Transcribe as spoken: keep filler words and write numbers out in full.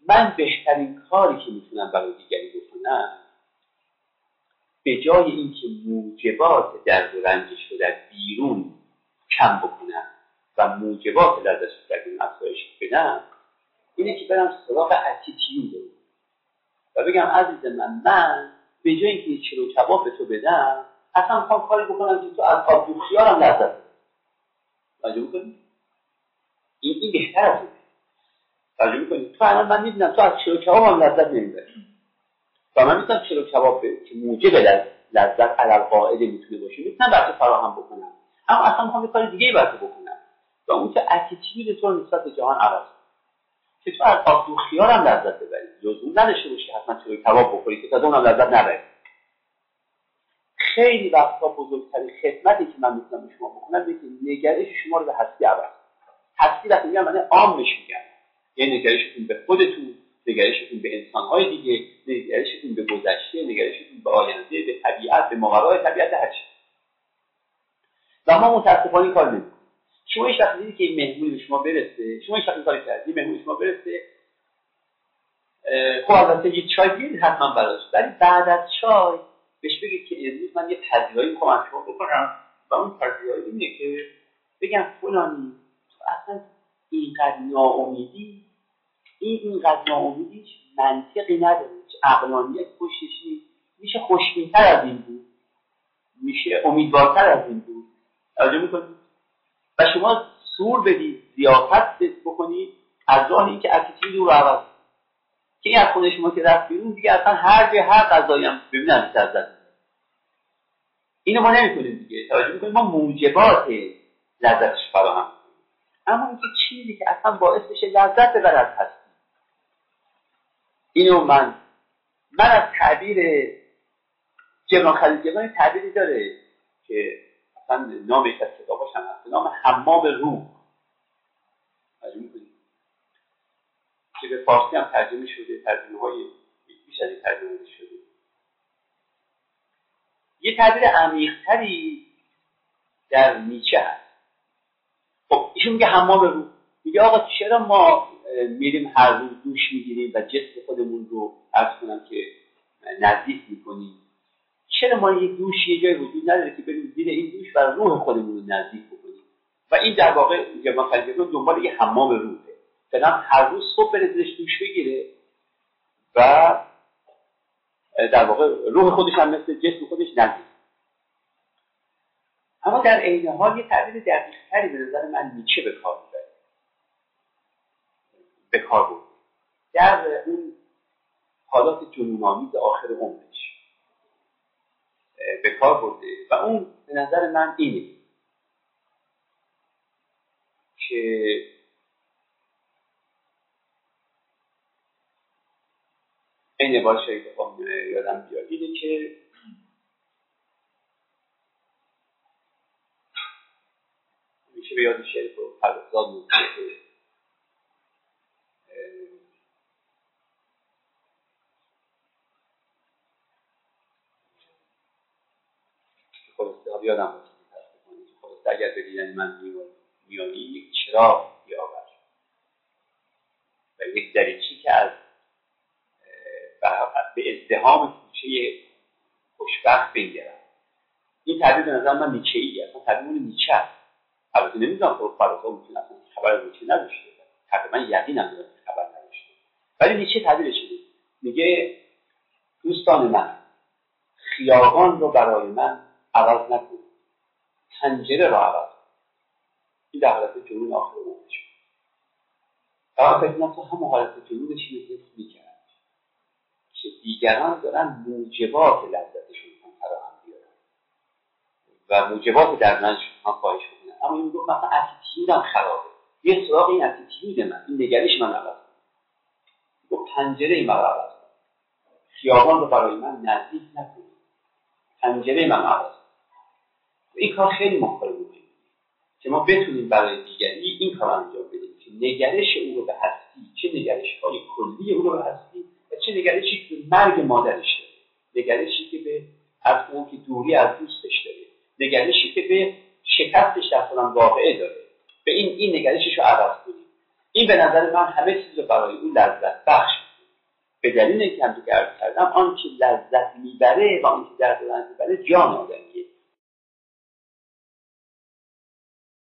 من بهترین کاری که میتونم برای دیگری بکنم، به جای اینکه موجبات درد و رنجش رو در بیرون کم بکنم و موجبات لذتش رو در بیرون افزایش بدم، اینه که برم سراغ اتیتیود و بگم عزیز من، من به جای اینکه چلو کباب به تو بدم، اصلا میخوام کاری بکنم که تو از آب و خیارم لذت ببری. توجه می‌کنی؟ این این بهتر از اینه. توجه می‌کنی؟ تو الان من می‌بینم تو از چلو کباب هم لذت نمی‌بری. و من می‌تونم چلو کباب که موجب لذت علی القاعده میتونه باشه، میتونم برات فراهم بکنم. اما اصلا می‌خوام یه کار دیگه‌ای برات بکنم. و اون که اتیتیود تو نسبت به جهان عوض که تو از آب و خیار هم لذت ببری. لزوم نداشته باشی حتما چلو کباب بخوری که تا اونم لذت نبری. خیلی وقتا بزرگترین خدمتی که من میتونم به شما بکنم اینه که نگرش شما رو به هستی عوض. هستی وقتی میگم من عامش میگم، یعنی نگرشتون به خودتون، نگرشتون به انسان‌های دیگه، نگرشتون به گذشته، نگرشتون به آینده، به طبیعت، به ماورای طبیعت، هر چی. و ما متأسفانه این کار نمی‌کنیم. شما هیچ وقت دیدید که این مهمونی به شما برسه، شما هیچ وقت این کاری کردید مهمونی شما برسه، خب البته یه چای بیارید حتما براش، ولی بعد از چای بهش بگید که امروز من یه پذیرایی می‌خوام از شما بکنم و اون پذیرایی اینه که بگم فلانی اصلا اینقدر ناامیدی، این اینقدر ناامیدی هیچ منطقی نداره، هیچ عقلانیت پشتش نیست، میشه خوشبین‌تر از این بود، میشه امیدوارتر از این بود. توجه می‌کنید؟ و شما سور بدید، ضیافت بکنید از راه اینکه اتیتود رو عوض که این از خود شما که رفت بیرون دیگه اصلا هر جای هر غذایی هم ببینن لذت می‌بره. اینو ما نمی‌کنیم دیگه. توجه می‌کنید؟ ما موجبات لذتش فراهم می‌کنیم، اما اینکه چیزی که اصلا باعث بشه لذت ببره از هستی. اینو من من از تعبیر جبران خلیل جبران تعبیری داره که اصلا نامش از کتاباش هم هست، نام حمام روح. توجه می‌کنید؟ که به فارسی هم ترجمه شده، ترجمه‌های بیش از این ترجمه شده. یه تعبیر عمیق‌تری در نیچه هست. خب ایشون میگه حمام روح، میگه آقا چرا ما میریم هر روز دوش میگیریم و جسم خودمون رو عرض کنم که نظیف میکنیم، چرا ما یک دوش یه جای وجود نداره که بریم زیر این دوش و روح خودمون رو نظیف بکنیم؟ و این در واقع جبران خلیل جبران دنبال یه حمام روحه، مثلا هر روز صبح بره زیرش دوش بگیره و در واقع روح خودش هم مثل جسم خودش نظیف. اما در عین حال یه تعبیر دقیق‌تری به نظر من نیچه به کار می‌بره، به کار برده در اون حالات جنون‌آمیز آخر عمرش به کار برده و اون به نظر من اینه که این باشه که خب یادم بیاد، اینه که میشه به یاد شعر رو فرزاد موسیقی خلاصه یادم باشه خلاصه اگر ببینن من میانی یک چراغ بیاور و یک دریچی که از به ازدحام کوچه خوشبخت بنگرم. این تعبیر به نظر من نیچه‌ای است، اصلا تعبیر نیچه است. البته نمیدونم خب فرضا ممکن اصلا خبر از نیچه نداشته، تقریبا یقینم دارم خبر نداشته، ولی نیچه تعبیرش اینه، میگه دوستان من خیابان رو برای من عوض نکنید، پنجره رو عوض کنید. این در حالت جنون آخر عمرش فقط فکر کنم تو همون حالت جنونش مثل میکرد که دیگران دارن موجبات لذتشون هم فراهم بیارن و موجبات درمانشون هم خواهش میکنن، اما این گفت مثلا اتیتیودم خرابه، یه سراغ این اتیتیود من، این نگرش من عوض کنید، گفت پنجره این من عوض کنید، خیابان رو برای من نزدیک نکنید، پنجره من عوض کنید. این کار خیلی مهمه که ما بتونیم برای دیگری این کار انجام بدیم که نگرش او رو به هستی، چه نگرش های کلی او رو به هستی و چه نگرشی که به مرگ مادرش داره، نگرشی که به از اون که دوری از دوستش داره، نگرشی که به شکستش در فلان واقعه داره، به این این نگرشش رو عوض کنیم. این به نظر من همه چیز رو برای اون لذت بخش به دلیل اینکه هم تو عرض کردم آن که لذت میبره و آن که درد دادن میبره جان آدمیه.